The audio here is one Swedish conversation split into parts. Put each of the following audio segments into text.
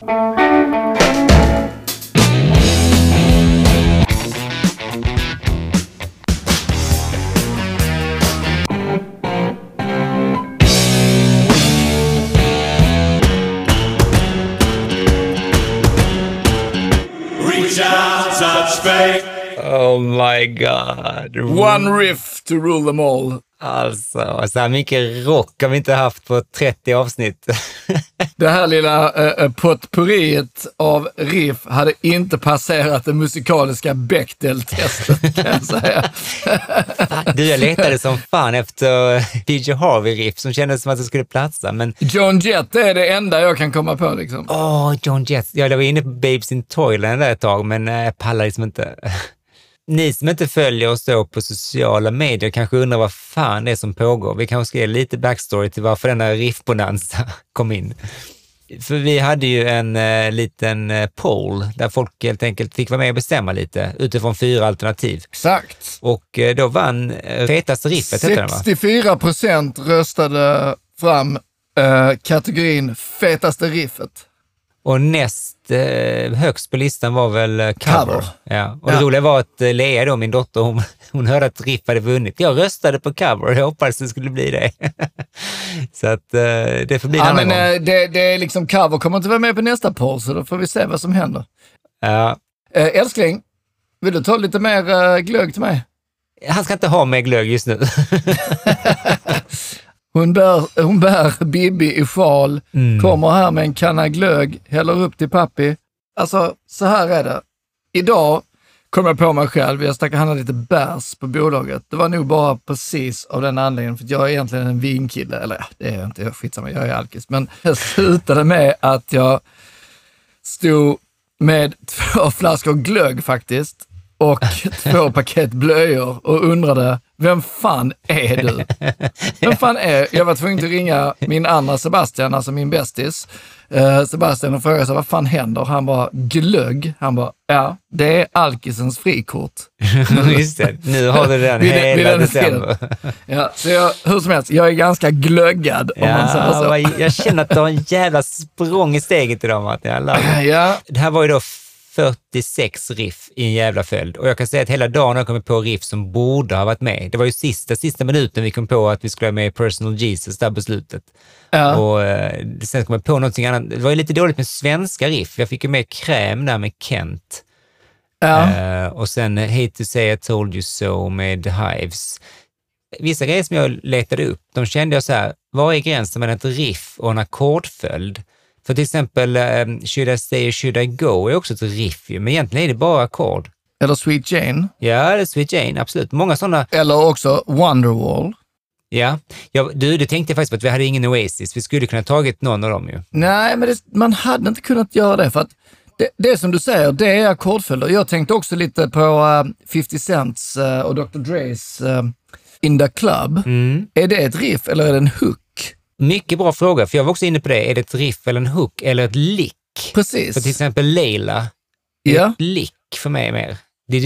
Oh my god. One riff to rule them all. Alltså, så här mycket rock har vi inte haft på 30 avsnitt. Det här lilla potpourriet av riff hade inte passerat det musikaliska Bechdel-testet, kan jag säga. Du, jag letade som fan efter PJ Harvey-riff som kändes som att det skulle platsa, men... Joan Jett är det enda jag kan komma på, liksom. Joan Jett. Jag var inne på Babes in Toyland där ett tag, men jag pallar liksom inte... Ni som inte följer oss då på sociala medier kanske undrar vad fan det är som pågår. Vi kanske ska ge lite backstory till varför den här riffbonanza kom in. För vi hade ju en liten poll där folk helt enkelt fick vara med och bestämma lite utifrån 4 alternativ. Exakt. Och då vann fetaste riffet. 64% röstade fram kategorin fetaste riffet. Och näst högst på listan var väl cover. Ja. Och det roliga var att Lea då, min dotter, hon hörde att riff hade vunnit. Jag röstade på cover, jag hoppades det skulle bli det. Så att det får bli en annan gång. Det är liksom cover kommer inte vara med på nästa poll, så då får vi se vad som händer. Ja. Älskling, vill du ta lite mer glögg till mig? Han ska inte ha mer glögg just nu. Hon bär Bibi i sjal, kommer här med en kanna glögg, häller upp till pappi. Alltså, så här är det. Idag kom jag på mig själv, jag stack handla lite bärs på bolaget. Det var nog bara precis av den anledningen, för jag är egentligen en vinkille. Eller det är jag inte, jag är skitsamma, jag är alkis. Men jag slutade med att jag stod med 2 flaskor glögg faktiskt. Och 2 paket blöjor och undrade, vem fan är du? Vem fan är... Jag var tvungen att ringa min andra Sebastian, alltså min bästis. Sebastian, och frågade sig, vad fan händer? Han bara, glögg. Han bara, ja, det är alkisens frikort. Just det, nu har du den hela december. Ja, så hur som helst, jag är ganska glöggad om man säger så. Jag känner att du har en jävla språng i steget idag, Martin. Ja. Det här var ju då 46 riff i en jävla följd. Och jag kan säga att hela dagen har jag kommit på riff som borde ha varit med. Det var ju sista minuten vi kom på att vi skulle ha med Personal Jesus där på slutet. Ja. Och sen kom jag på någonting annat. Det var ju lite dåligt med svenska riff. Jag fick ju med Kräm där med Kent. Ja. Och sen Hate to say I told you so med Hives. Vissa grejer som jag letade upp, de kände jag så här, vad är gränsen mellan ett riff och en ackordföljd? För till exempel Should I Stay or Should I Go är också ett riff, men egentligen är det bara ackord. Eller Sweet Jane. Ja, det är Sweet Jane, absolut. Många sådana. Eller också Wonderwall. Ja, det tänkte jag faktiskt på att vi hade ingen Oasis. Vi skulle kunna tagit någon av dem ju. Nej, men man hade inte kunnat göra det för att det som du säger, det är ackordföljder. Jag tänkte också lite på 50 Cents och Dr. Dre's In the Club. Är det ett riff eller är det en hook? Mycket bra fråga, för jag var också inne på det. Är det ett riff eller en hook eller ett lick? Precis. För till exempel Leila, ett lick för mig mer.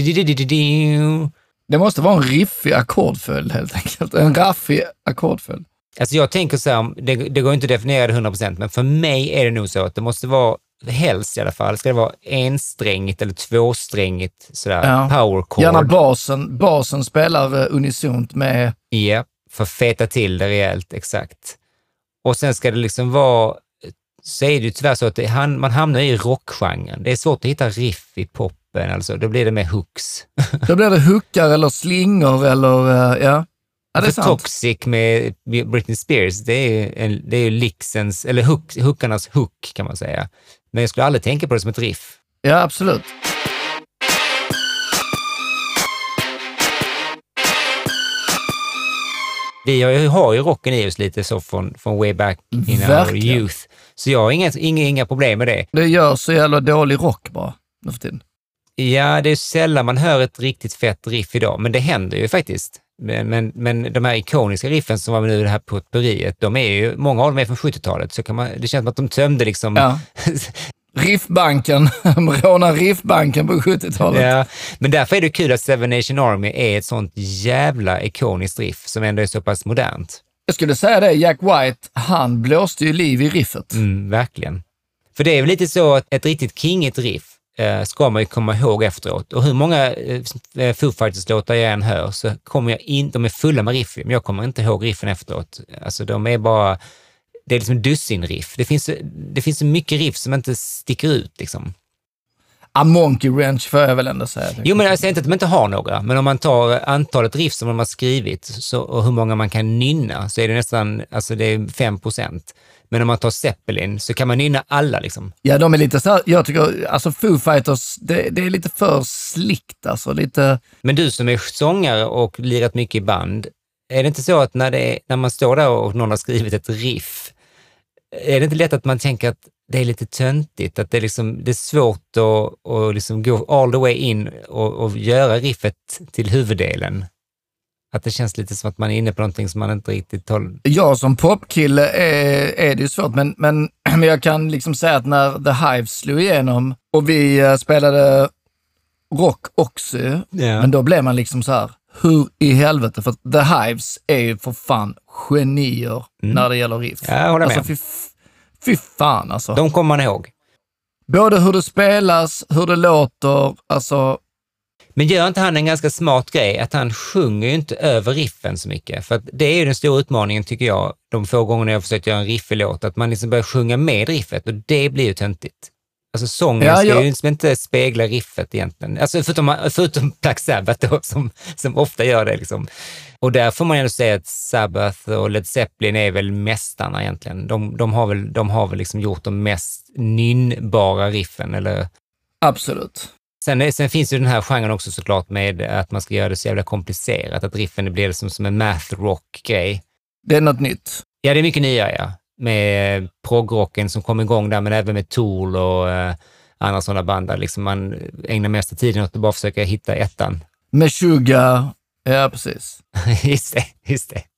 Det måste vara en riffig ackordföljd helt enkelt. En raffig ackordföljd. Alltså jag tänker så här, det går inte att definiera det 100%, men för mig är det nog så att det måste vara, helst i alla fall, ska det vara ensträngigt eller tvåsträngigt sådär, power chord. Gärna basen spelar unisont med... Ja, för att feta till det rejält, exakt. Och sen ska det liksom vara, så är det ju tyvärr så att man hamnar i rockgenren. Det är svårt att hitta riff i poppen, alltså. Då blir det med hooks. Då blir det hookar eller slingor eller, ja. Ja, det är sant. Toxic med Britney Spears, det är ju licksens, eller hookarnas hook kan man säga. Men jag skulle aldrig tänka på det som ett riff. Ja, absolut. Vi har ju rocken i oss lite så från way back in our youth. Så jag har inga problem med det. Det gör så jävla dålig rock bara nu för tiden. Ja, det är sällan man hör ett riktigt fett riff idag, men det händer ju faktiskt. Men de här ikoniska riffen som var nu det här potpourriet, de är ju, många av dem är från 70-talet, så det känns som att de tömde liksom... Ja. Riffbanken, råna riffbanken på 70-talet. Ja, men därför är det kul att Seven Nation Army är ett sånt jävla ikoniskt riff som ändå är så pass modernt. Jag skulle säga det, Jack White, han blåste ju liv i riffet. Verkligen. För det är väl lite så att ett riktigt kingigt riff ska man ju komma ihåg efteråt. Och hur många Foo Fighters-låtar jag än hör så kommer jag inte, de är fulla med riff, men jag kommer inte ihåg riffen efteråt. Alltså de är bara, det är liksom dussinriff. Det finns så mycket riff som inte sticker ut liksom. A Monkey Wrench får jag väl ändå säga. Jo, men jag säger inte att de inte har några, men om man tar antalet riff som de har skrivit och hur många man kan nynna så är det nästan, alltså det är 5%. Men om man tar Zeppelin så kan man nynna alla liksom. Ja, de är lite så här, jag tycker, alltså Foo Fighters, det är lite för slickt alltså, lite. Men du som är sångare och lirat mycket i band, är det inte så att när man står där och någon har skrivit ett riff, är det inte lätt att man tänker att det är lite töntigt, att det är svårt att liksom gå all the way in och göra riffet till huvuddelen? Att det känns lite som att man är inne på någonting som man inte riktigt har... Jag som popkille är det ju svårt, men jag kan liksom säga att när The Hives slog igenom och vi spelade rock också, men då blev man liksom så här, hur i helvete? För The Hives är ju för fan genier när det gäller riff. Ja, jag håller med. Alltså, fy fan alltså. De kommer man ihåg. Både hur det spelas, hur det låter, alltså... Men gör inte han en ganska smart grej att han sjunger ju inte över riffen så mycket? För att det är ju den stora utmaningen tycker jag, de få gångerna jag har försökt göra en rifflåt, att man liksom börjar sjunga med riffet och det blir ju töntigt. Alltså sången ska ju liksom inte spegla riffet egentligen. Alltså förutom Black Sabbath då, som ofta gör det liksom. Och där får man ju ändå säga att Sabbath och Led Zeppelin är väl mästarna egentligen. De har väl liksom gjort de mest nynnbara riffen, eller? Absolut. Sen finns ju den här genren också såklart med att man ska göra det så jävla komplicerat, att riffen blir som en math rock-grej. Det är något nytt. Ja, det är mycket nya, ja. Med progrocken som kom igång där, men även med Tool och andra sådana band där liksom man ägnar mesta tiden åt att bara försöka hitta ettan. Med Sugar, ja precis. Just det.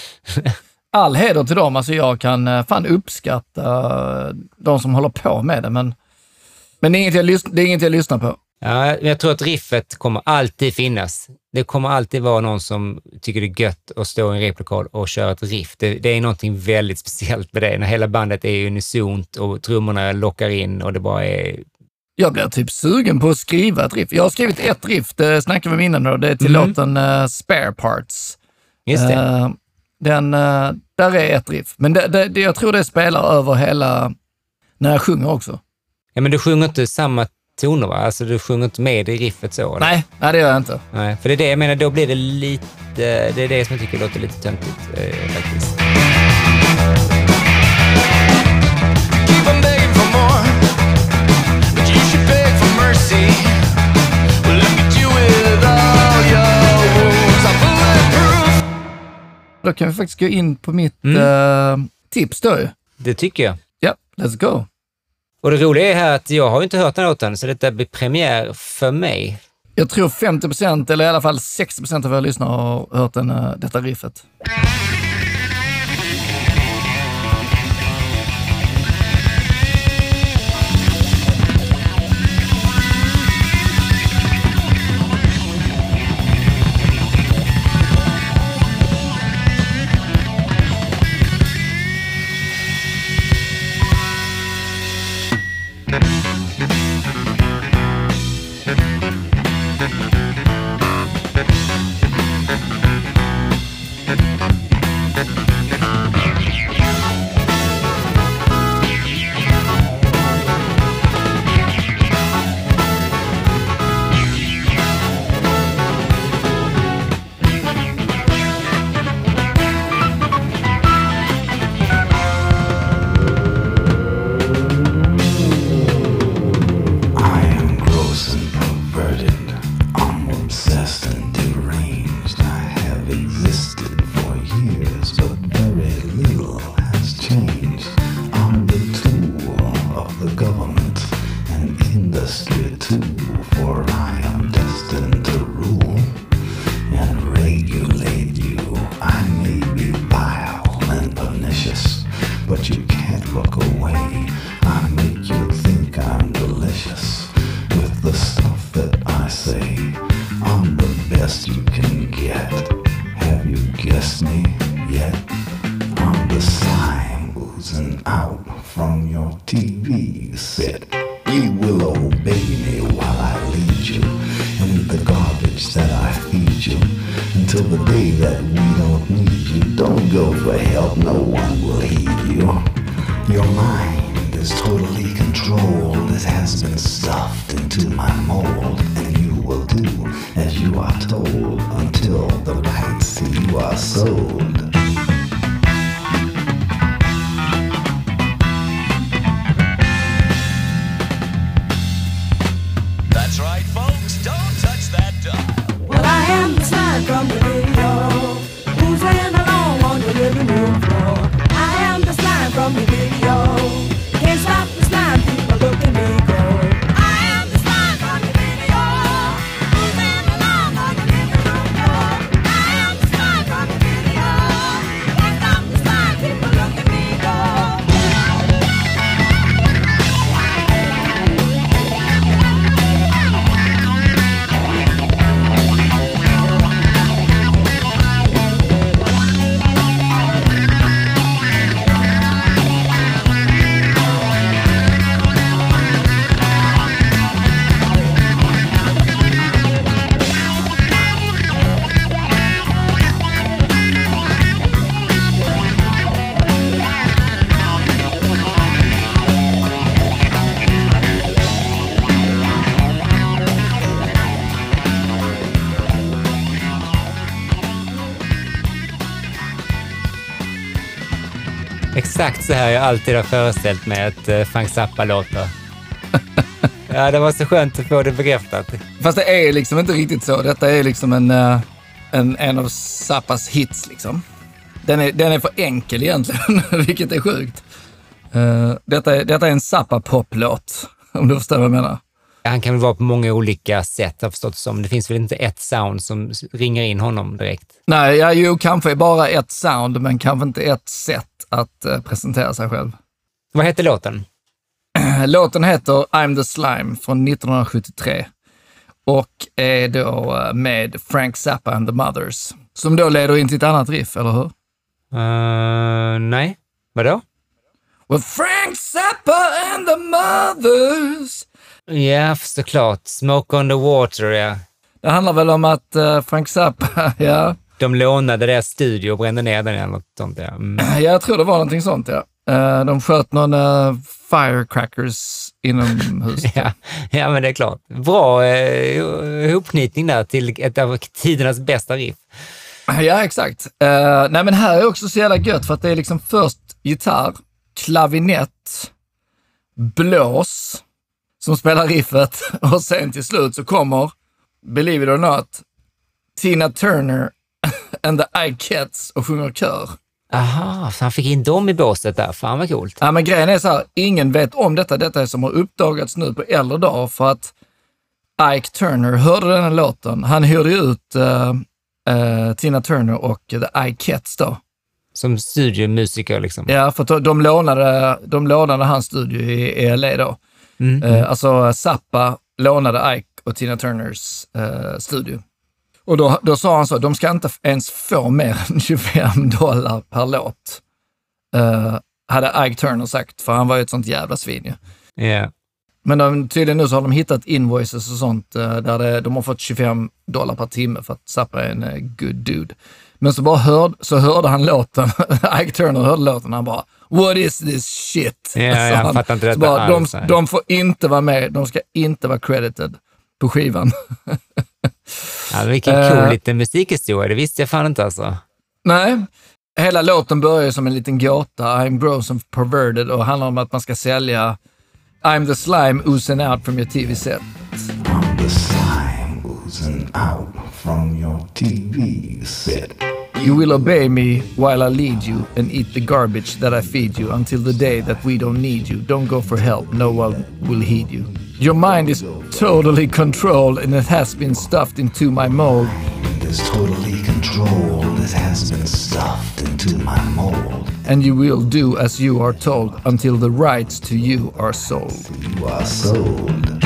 All heder till dem, alltså jag kan fan uppskatta de som håller på med det, men det är inget jag lyssnar på. Ja, jag tror att riffet kommer alltid finnas. Det kommer alltid vara någon som tycker det är gött att stå i en replokal och köra ett riff. Det är någonting väldigt speciellt med det. När hela bandet är unisont och trummorna lockar in och det bara är... Jag blir typ sugen på att skriva ett riff. Jag har skrivit ett riff, det snackade vi innan då. Det är till låten Spare Parts. Just det. Där är ett riff. Men jag tror det spelar över hela... När jag sjunger också. Ja, men du sjunger inte samma toner, va? Alltså du sjunger inte med i riffet så? Eller? Nej, det gör jag inte. Nej, för det är det jag menar, då blir det lite... Det är det som jag tycker låter lite töntigt faktiskt. Keep on begging for more, but you should beg for mercy. Look at you with all your wounds, I'm bulletproof. Då kan vi faktiskt gå in på mitt tips då. Det tycker jag. Ja, let's go. Och det roliga är här att jag har inte hört den låten, så detta blir premiär för mig. Jag tror 50% eller i alla fall 60% av våra lyssnare har hört detta riffet. oozing out from your TV set. You will obey me while I lead you and eat the garbage that I feed you until the day that we don't need you. Don't go for help, no one will heed you. Your mind is totally controlled. It has been stuffed into my mold, and you will do as you are told until the rights to you are sold. That's right, folks. Don't touch that dial. Well, I am the slime from the video, oozing along on the living room floor. I am the slime from the video. Can't stop the slime, people look at me go. I am the slime from the video, oozing along on the living room floor. I am the slime from the video. Can't stop the slime, people look at me go. Exakt så här jag alltid har föreställt mig att Frank Zappa låter. Ja, det var så skönt att få det bekräftat. Fast det är liksom inte riktigt så. Detta är liksom en av Zappas hits liksom. Den är för enkel egentligen, vilket är sjukt. Detta är en Zappa-poplåt, om du förstår vad jag menar. Han kan väl vara på många olika sätt, har förstått som. Det finns väl inte ett sound som ringer in honom direkt. Nej, kanske bara ett sound, men kanske inte ett sätt att presentera sig själv. Vad heter låten? Låten heter I'm the Slime från 1973 och är då med Frank Zappa and the Mothers, som då leder in till ett annat riff, eller hur? Nej. Vadå? Well, Frank Zappa and the Mothers. Ja, såklart. Smoke on the Water, ja. Det handlar väl om att Frank Zappa, ja. De lånade deras studio och brände ner den eller något sånt, ja. Jag tror det var någonting sånt, ja. De sköt någon firecrackers inomhus. ja, men det är klart. Bra ihopknytning där till ett av tidernas bästa riff. Ja, exakt. Nej, men här är också så jävla gött för att det är liksom först gitarr, klavinett, blås som spelar riffet och sen till slut så kommer, believe it or not, Tina Turner and the Ikettes och sjunger kör. Aha, så han fick in dem i båset där. Fan vad coolt. Ja, men grejen är så här, ingen vet om detta. Detta är som har uppdagats nu på äldre dagar för att Ike Turner hörde den här låten. Han hyrde ut Tina Turner och the Ikettes då. Som studiomusiker liksom. Ja, för de lånade hans studio i LA då. Alltså Zappa lånade Ike och Tina Turners studio. Och då sa han så, de ska inte ens få mer än $25 per låt. Hade Ike Turner sagt, för han var ju ett sånt jävla svin ju. Yeah. Men tydligen nu så har de hittat invoices och sånt där de har fått $25 per timme för att Zappa är en good dude. Men så hörde han låten, Ike Turner hörde låten och han bara, what is this shit? Ja, jag fattar inte detta alls. De får inte vara med, de ska inte vara credited på skivan. Ja, vilken cool liten musikhistoria, det visste jag fan inte alltså. Nej, hela låten börjar som en liten gåta, I'm gross and perverted, och handlar om att man ska sälja I'm the slime oozing out from your TV set. I'm the slime oozing out from your TV set. You will obey me while I lead you and eat the garbage that I feed you until the day that we don't need you. Don't go for help, no one will heed you. Your mind is totally controlled and it has been stuffed into my mold. Mind is totally controlled. It has been stuffed into my mold. And you will do as you are told until the rights to you are sold. You are sold.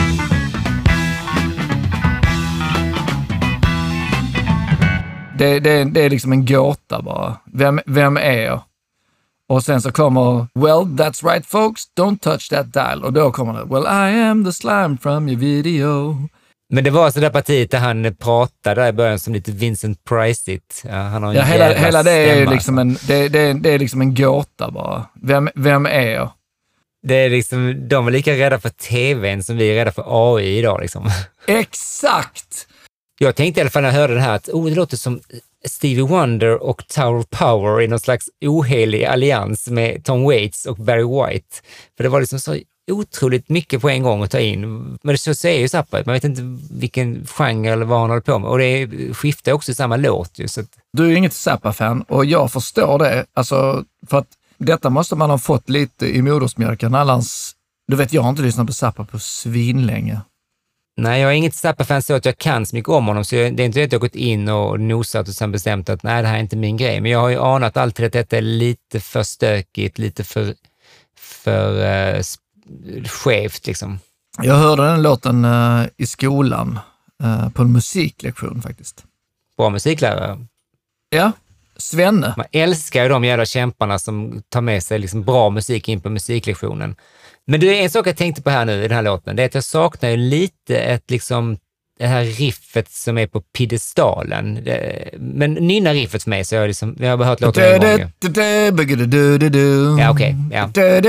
Det är liksom en gåta bara. Vem är jag? Och sen så kommer Well, that's right folks, don't touch that dial. Och då kommer det Well, I am the slime from your video. Men det var så där partiet där han pratade där i början som lite Vincent Price-igt. Ja, han har en hela det är ju stämma, liksom det är liksom en gåta bara. Vem är jag? Det är liksom, de är lika rädda för tvn som vi är rädda för AI idag liksom. Exakt! Jag tänkte i alla fall när jag hörde det här att det låter som Stevie Wonder och Tower of Power i någon slags ohelig allians med Tom Waits och Barry White. För det var liksom så otroligt mycket på en gång att ta in. Men så säger ju Zappa, man vet inte vilken genre eller vad han håller på med. Och det skiftar också i samma låt. Ju, så att... Du är inget Zappa-fan och jag förstår det. Alltså, för att detta måste man ha fått lite i modersmjölken. Du vet, jag har inte lyssnat på Zappa på svinlänge. Nej, jag är inget Zappa-fan så att jag kan så mycket om honom. Så det är inte det att jag har gått in och nosat och sen bestämt att nej, det här är inte min grej. Men jag har ju anat alltid att detta är lite för stökigt, lite för skevt liksom. Jag hörde den låten i skolan på en musiklektion faktiskt. Bra musiklärare. Ja, Svenne. Man älskar ju de jävla kämparna som tar med sig liksom bra musik in på musiklektionen. Men det är en sak jag tänkte på här nu i den här låten. Det är att jag saknar ju lite det här riffet som är på piedestalen. Men nynna riffet för mig så jag har bara hört låten en gång. Ja, okej. Ja.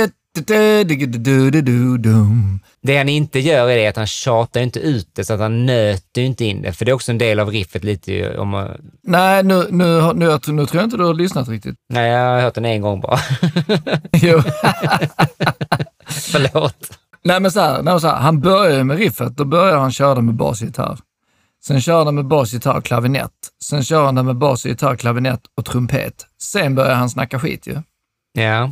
Det han inte gör är att han tjatar inte ut det så att han nöter inte in det. För det är också en del av riffet lite om... Nej, nu tror jag inte du har lyssnat riktigt. Nej, jag har hört den en gång bara. Jo. Förlåt. Nej, men så här, han börjar med riffet. Då börjar han köra med basgitarr. Sen kör han med basgitarr och klavinett. Sen kör han med basgitarr, klavinett och trumpet. Sen börjar han snacka skit ju. Ja.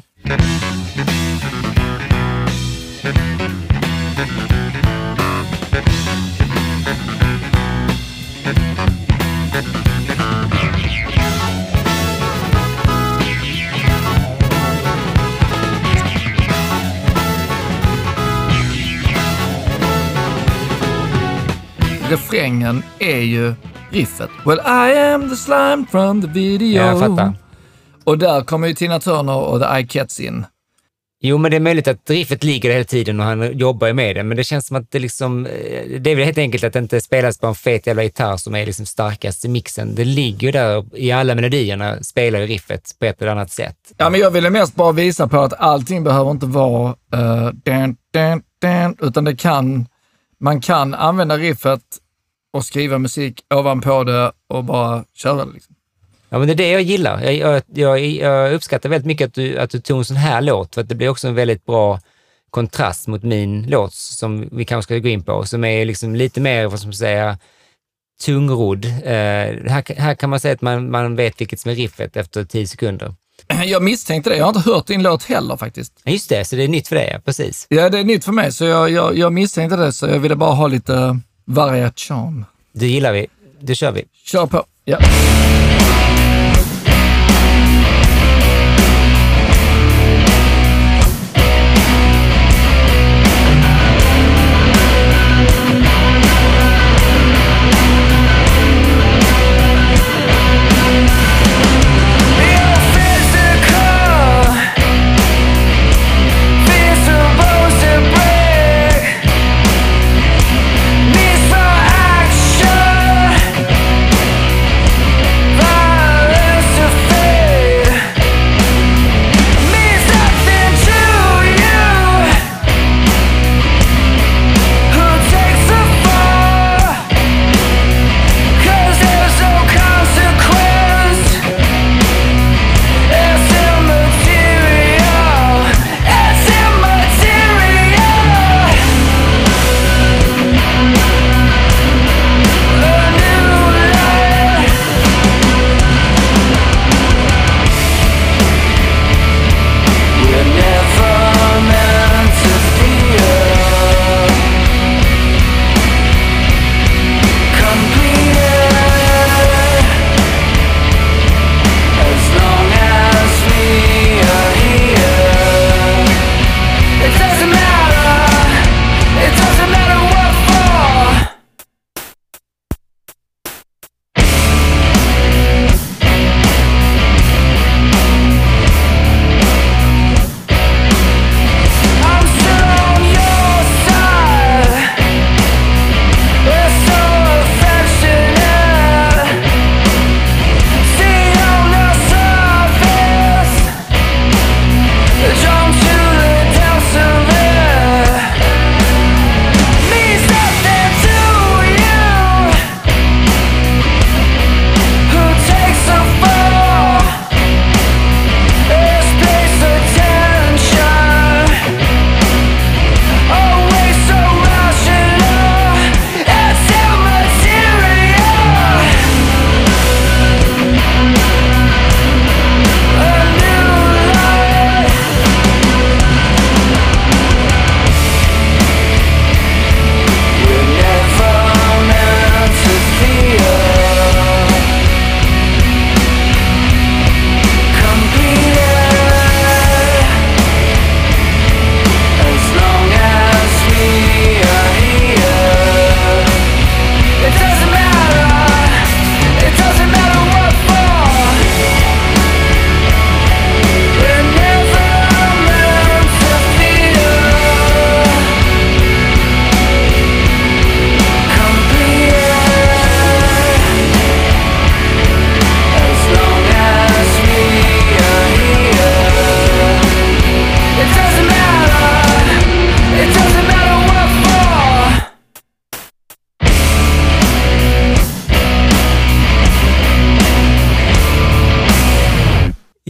Refrängen är ju riffet. Well, I am the slime from the video. Ja, jag fattar. Och där kommer ju Tina Turner och The iCats in. Jo, men det är möjligt att riffet ligger hela tiden och han jobbar ju med det. Men det känns som att det liksom... Det är väl helt enkelt att det inte spelas på en fet jävla gitarr som är liksom starkast i mixen. Det ligger ju där i alla melodierna, spelar ju riffet på ett eller annat sätt. Ja, men jag ville mest bara visa på att allting behöver inte vara utan man kan använda riffet och skriva musik ovanpå det och bara köra det liksom. Ja, men det är det jag gillar. Jag uppskattar väldigt mycket att du tog en sån här låt, för att det blir också en väldigt bra kontrast mot min låt som vi kanske ska gå in på, som är liksom lite mer, vad ska man säga, tungrodd. Här kan man säga att man vet vilket som är riffet efter 10 sekunder. Jag misstänkte det. Jag har inte hört din låt heller faktiskt. Just det, så det är nytt för dig, ja, precis. Ja, det är nytt för mig, så jag misstänkte det, så jag ville bara ha lite variation. Det gillar vi. Det kör vi. Kör på. Ja. Fly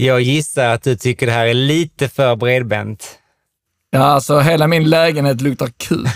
Jag gissar att du tycker det här är lite för bredbent. Ja, alltså hela min lägenhet luktar kuk.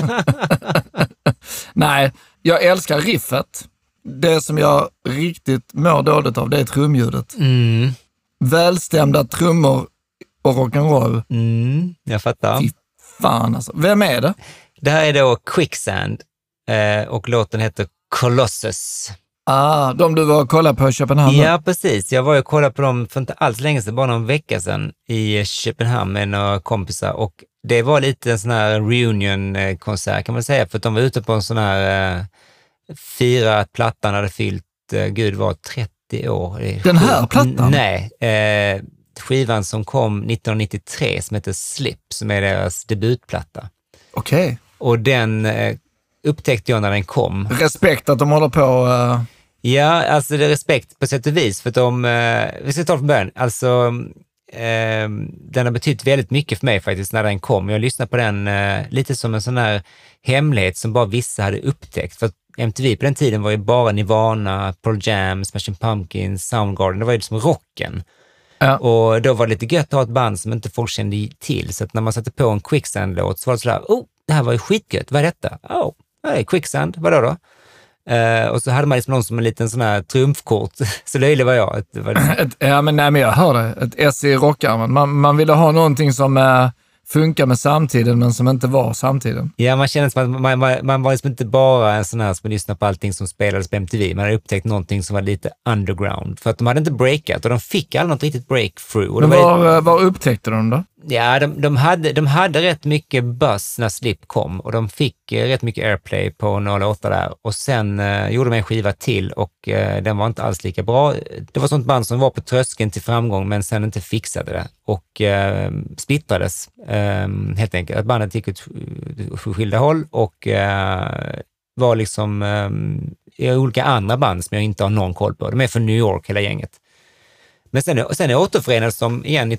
Nej, jag älskar riffet. Det som jag riktigt mår dåligt av, det är trumljudet. Välstämda trummor och rock'n'roll. Jag fattar. Fy fan alltså. Vem är det? Det här är då Quicksand och låten heter Colossus. De du var och kollade på i Köpenhamn? Ja, precis. Jag var och kollade på dem för inte alls länge sedan, bara någon vecka sedan i Köpenhamn med några kompisar. Och det var lite en sån här reunion-konsert kan man säga, för att de var ute på en sån här fira att plattan hade fyllt, gud var 30 år. Den här plattan? Nej, skivan som kom 1993 som heter Slip, som är deras debutplatta. Okej. Och den upptäckte jag när den kom. Respekt att de håller på... Ja, alltså det är respekt på sätt och vis, för att vi ska ta från början, alltså den har betytt väldigt mycket för mig faktiskt när den kom. Jag lyssnade på den lite som en sån här hemlighet som bara vissa hade upptäckt, för att MTV på den tiden var ju bara Nirvana, Pearl Jam, Smashing Pumpkins, Soundgarden, det var ju liksom rocken. Ja. Och då var det lite gött att ha ett band som inte folk kände till, så att när man satte på en Quicksand-låt så var det sådär, det här var ju skitgött, vad är detta? Quicksand, vadå då? Och så hade man liksom någon som en liten sån här trumfkort. Så löjlig var jag. Men jag hör det. Ett S i rockarmen. Man ville ha någonting som funkar med samtiden, men som inte var samtiden. Ja, man kände som att man var liksom inte bara en sån här som lyssnade på allting som spelades på MTV. Man hade upptäckt någonting som var lite underground. För att de hade inte breakat och de fick aldrig något riktigt breakthrough. Och men var upptäckte de då? Ja, de hade rätt mycket buzz när Slip kom och de fick rätt mycket airplay på 08 där. Och sen gjorde de en skiva till och den var inte alls lika bra. Det var sånt band som var på tröskeln till framgång men sen inte fixade det och splittrades helt enkelt. Att bandet gick åt skilda håll och var liksom i olika andra band som jag inte har någon koll på. De är från New York hela gänget. Men sen återförenades de igen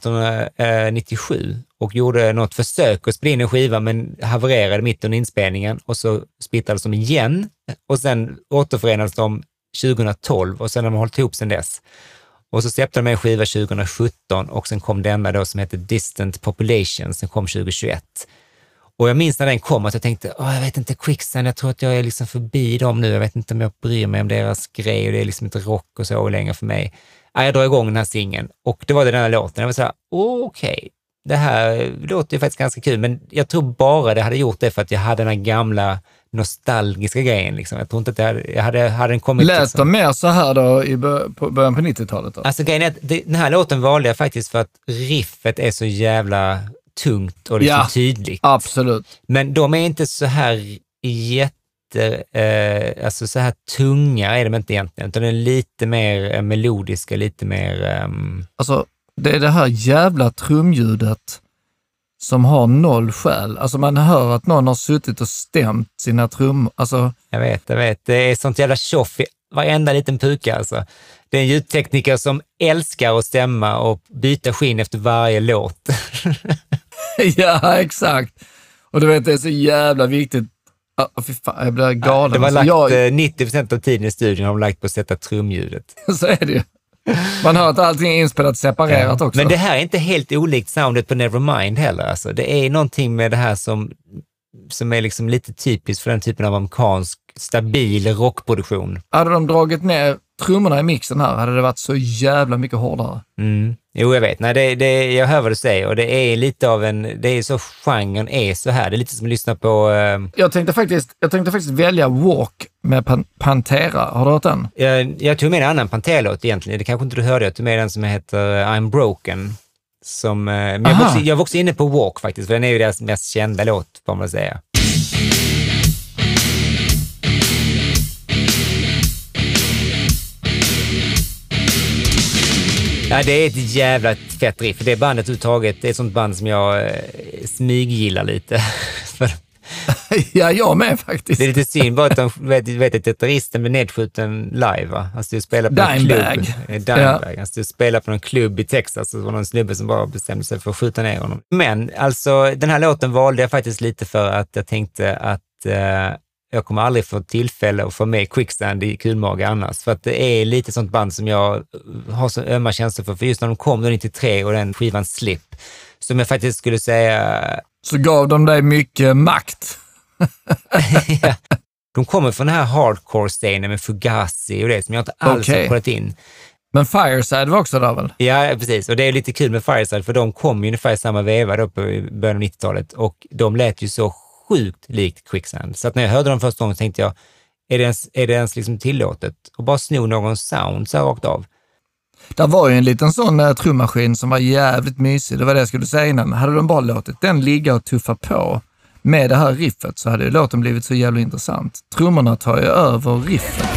1997 och gjorde något försök att spela in en skiva men havererade mitt under inspelningen och så splittrades de igen och sen återförenades de 2012 och sen har de hållit ihop sen dess. Och så släppte de en skiva 2017 och sen kom denna då som heter Distant Population som kom 2021. Och jag minns när den kom att jag tänkte, jag vet inte, Quicksand, jag tror att jag är liksom förbi dem nu. Jag vet inte om jag bryr mig om deras grej och det är liksom inte rock och så längre för mig. Jag drar igång den här singeln och det var den här låten. Jag var så här, okej, det här låter ju faktiskt ganska kul, men jag tror bara det hade gjort det för att jag hade den här gamla nostalgiska grejen. Liksom. Jag tror inte att jag hade den kommit... Lät liksom. de mer så här då i början på 90-talet? Då? Alltså grejen är att den här låten valde jag faktiskt för att riffet är så jävla tungt och liksom tydligt. Absolut. Men de är inte så här alltså så här tunga är de inte egentligen, utan de är lite mer melodiska, lite mer... Alltså, det är det här jävla trumljudet som har noll själ. Alltså man hör att någon har suttit och stämt sina trummor. Alltså... Jag vet. Det är sånt jävla tjoff i varenda liten puka alltså. Det är en ljudtekniker som älskar att stämma och byta skinn efter varje låt. Ja, exakt. Och du vet, det är så jävla viktigt. Fy fan, jag blir galen. Det var lagt 90% av tiden i studion har de lagt på att sätta trumljudet. Så är det ju. Man hör att allting är inspelat separerat också. Men det här är inte helt olikt soundet på Nevermind heller. Alltså. Det är någonting med det här som är liksom lite typiskt för den typen av amerikansk stabil rockproduktion. Hade de dragit ner trummorna i mixen här hade det varit så jävla mycket hårdare. Jo, jag vet. Nej, jag hör vad du säger och det är lite av det är så genren är så här. Det är lite som att lyssna på... Jag tänkte faktiskt välja Walk med Pantera. Har du hört den? Jag tog med en annan Pantera-låt egentligen. Det kanske inte du hörde. Jag tog med den som heter I'm Broken. Jag var också inne på Walk faktiskt, för den är ju deras mest kända låt, får man säga. Ja, det är ett jävla fett riff. Det bandet överhuvudtaget, det är ett sånt band som jag smyggillar lite. Ja, jag med faktiskt. Det är lite synd bara att de vet att gitarristen blev nedskjuten live, va? Han stod och spelade på en klubb. Dimebag. Han stod och spelade på någon klubb i Texas och det var någon snubbe som bara bestämde sig för att skjuta ner honom. Men alltså, den här låten valde jag faktiskt lite för att jag tänkte att jag kommer aldrig få tillfälle att få med Quicksand i Kulmage annars. För att det är lite sånt band som jag har så ömma känslor för. För just när de kom då 93 och den skivan Slip, som jag faktiskt skulle säga... Så gav de dig mycket makt. Ja. De kommer från den här hardcore-scenen med Fugazi och det som jag inte alls har kollat in. Men Fireside var också där väl? Ja, precis. Och det är lite kul med Fireside för de kom ju ungefär i samma veva då på början av 90-talet och de lät ju så sjukt likt Quicksand. Så att när jag hörde dem första gången tänkte jag, är det ens liksom tillåtet att bara sno någon sound så här rakt av? Det var ju en liten sån trummaskin som var jävligt mysig. Det var det jag skulle säga innan. Hade de bara låtit den ligga och tuffa på med det här riffet så hade ju låten blivit så jävla intressant. Trummorna tar ju över riffet.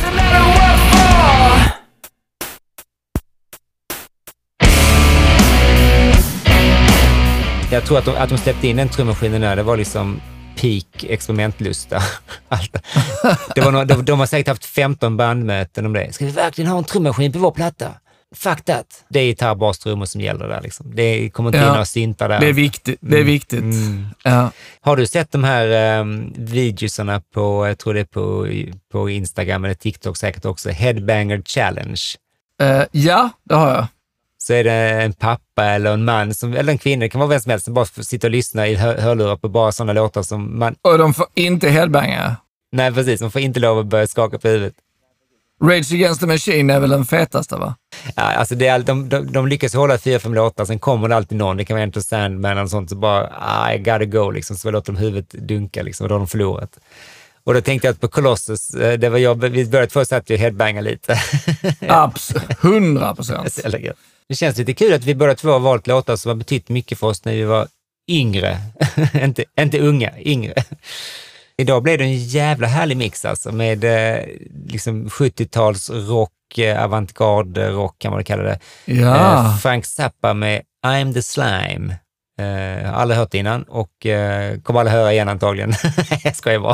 Jag tror att de släppte in den trummaskinen där, det var liksom peak experimentlusta. De har säkert haft 15 bandmöten om det. Ska vi verkligen ha en trummaskin på vår platta? Fuck that. Det är gitarr, bas, trummor som gäller där liksom. Det kommer inte in några syntar där. Det är viktigt. Det är viktigt. Ja. Har du sett de här videosarna på, jag tror det är på Instagram eller TikTok säkert också, Headbanger Challenge? Ja, det har jag. Så är det en pappa eller en man, eller en kvinna, det kan vara vem som helst, som bara får sitta och lyssna i hörlurar på bara sådana låtar som man... Och de får inte headbanga. Nej, precis. De får inte lov att börja skaka på huvudet. Rage Against the Machine är väl den fetaste, va? Ja, alltså de lyckas hålla 4-5 låtar, sen kommer det alltid någon, det kan vara Enter Sandman eller sånt, så bara I gotta go, liksom, så låter de huvudet dunka, liksom, och då har de förlorat. Och då tänkte jag att på Colossus, det var vi började först att vi headbanga lite. Absolut, 100%. Det känns lite kul att vi båda två har valt låtar som har betytt mycket för oss när vi var yngre. inte unga, yngre. Idag blev det en jävla härlig mix alltså med liksom 70-tals rock, avantgarde rock kan man kalla det. Ja. Frank Zappa med I'm the Slime. Jag har aldrig hört det innan och kommer aldrig höra igen antagligen. Jag skojar bara.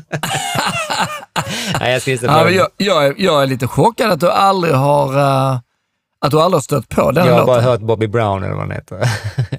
Nej, jag är lite chockad att du aldrig har stött på den. Jag har låten. bara hört Bobby Brown eller vad han heter.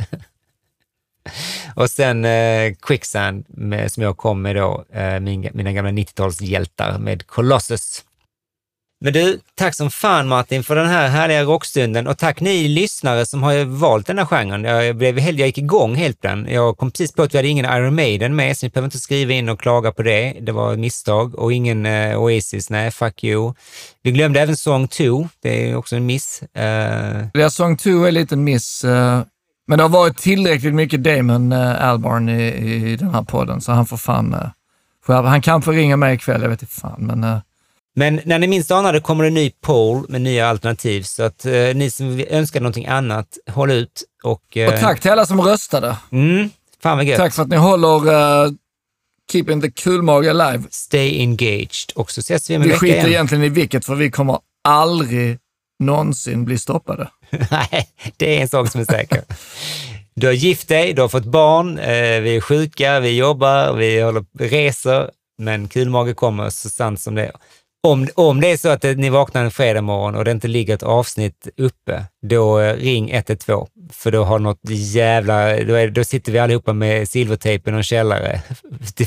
Och sen Quicksand som jag kom med då, mina gamla 90-talshjältar med Colossus. Men du, tack som fan Martin för den här härliga rockstunden och tack ni lyssnare som har valt den här genren. Jag gick igång helt på den. Jag kom precis på att vi hade ingen Iron Maiden med så ni behöver inte skriva in och klaga på det. Det var ett misstag och ingen Oasis, nej, fuck you. Vi glömde även Song 2, det är också en miss. Song 2 är lite en miss. Men det har varit tillräckligt mycket Damon Albarn i den här podden så han får fan... han kan få ringa mig ikväll, jag vet inte fan. Men när ni minst anar det kommer en ny poll med nya alternativ så att ni som önskar någonting annat, håll ut. Och tack till alla som röstade. Fan vad gött. Tack för att ni håller Keeping the Kulmage alive. Stay engaged. Och så ses vi om en vecka igen. Vi skiter egentligen i vilket för vi kommer aldrig någonsin bli stoppade. Nej, det är en sak som är säker. Du har gift dig, du har fått barn, vi är sjuka, vi jobbar, vi reser, men Kulmage kommer så sant som det är. Om det är så att ni vaknar en fredag morgon och det inte ligger ett avsnitt uppe, då ring 112. För då har något jävla... Då sitter vi allihopa med silvertejp i någon källare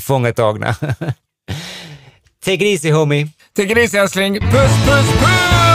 tillfångatagna. Take it easy, homie. Take it easy, älskling. Puss, puss, puss!